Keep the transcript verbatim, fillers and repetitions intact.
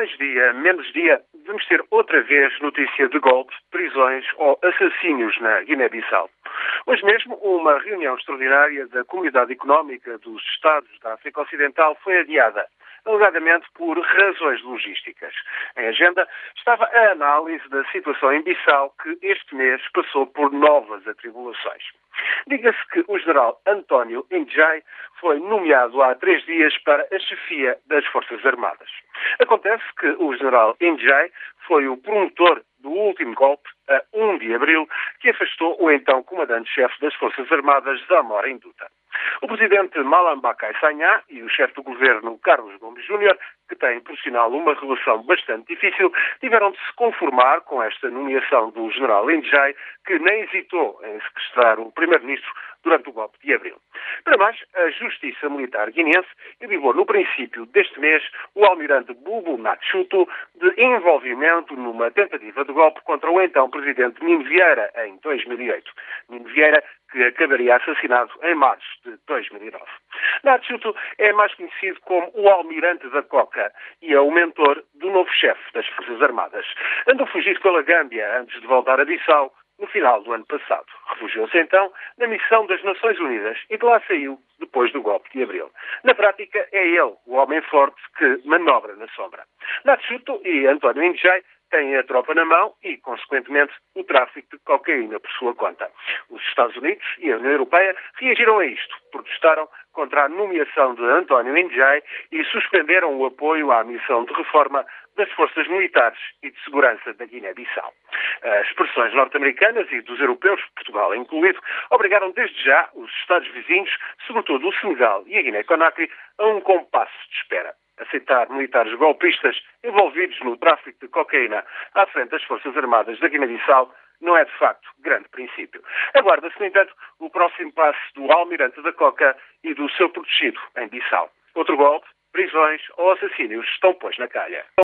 Mais dia, menos dia, vamos ter outra vez notícia de golpe, prisões ou assassínios na Guiné-Bissau. Hoje mesmo, uma reunião extraordinária da Comunidade Económica dos Estados da África Ocidental foi adiada, alegadamente por razões logísticas. Em agenda estava a análise da situação em Bissau, que este mês passou por novas atribulações. Diga-se que o general António Indjai foi nomeado há três dias para a chefia das Forças Armadas. Acontece que o general Indjai foi o promotor do último golpe, a um de abril, que afastou o então comandante-chefe das Forças Armadas, Zamora Induta. O presidente Malambaka Sanha e o chefe do governo, Carlos Gomes Júnior, que têm, por sinal, uma relação bastante difícil, tiveram de se conformar com esta nomeação do general Indjai, que nem hesitou em sequestrar o primeiro-ministro durante o golpe de abril. Para mais, a Justiça Militar Guinense ilibou no princípio deste mês o almirante Bubu Natshuto de envolvimento numa tentativa de golpe contra o então presidente Nino Vieira em dois mil e oito. Nino Vieira, que acabaria assassinado em março de dois mil e nove. Natshuto é mais conhecido como o almirante da Coca e é o mentor do novo chefe das Forças Armadas. Andou fugido pela Gâmbia antes de voltar a Bissau no final do ano passado. Refugiou-se então na missão das Nações Unidas e de lá saiu depois do golpe de abril. Na prática, é ele, o homem forte, que manobra na sombra. Natshuto e António Indjai têm a tropa na mão e, consequentemente, o tráfico de cocaína por sua conta. Os Estados Unidos e a União Europeia reagiram a isto, protestaram contra a nomeação de António Indjai e suspenderam o apoio à missão de reforma das forças militares e de segurança da Guiné-Bissau. As pressões norte-americanas e dos europeus, Portugal incluído, obrigaram desde já os Estados vizinhos, sobretudo o Senegal e a Guiné-Conakry, a um compasso de espera. Aceitar militares golpistas envolvidos no tráfico de cocaína à frente das Forças Armadas da Guiné-Bissau não é, de facto, grande princípio. Aguarda-se, no entanto, o próximo passo do almirante da Coca e do seu protegido em Bissau. Outro golpe, prisões ou assassínios estão, pois, na calha.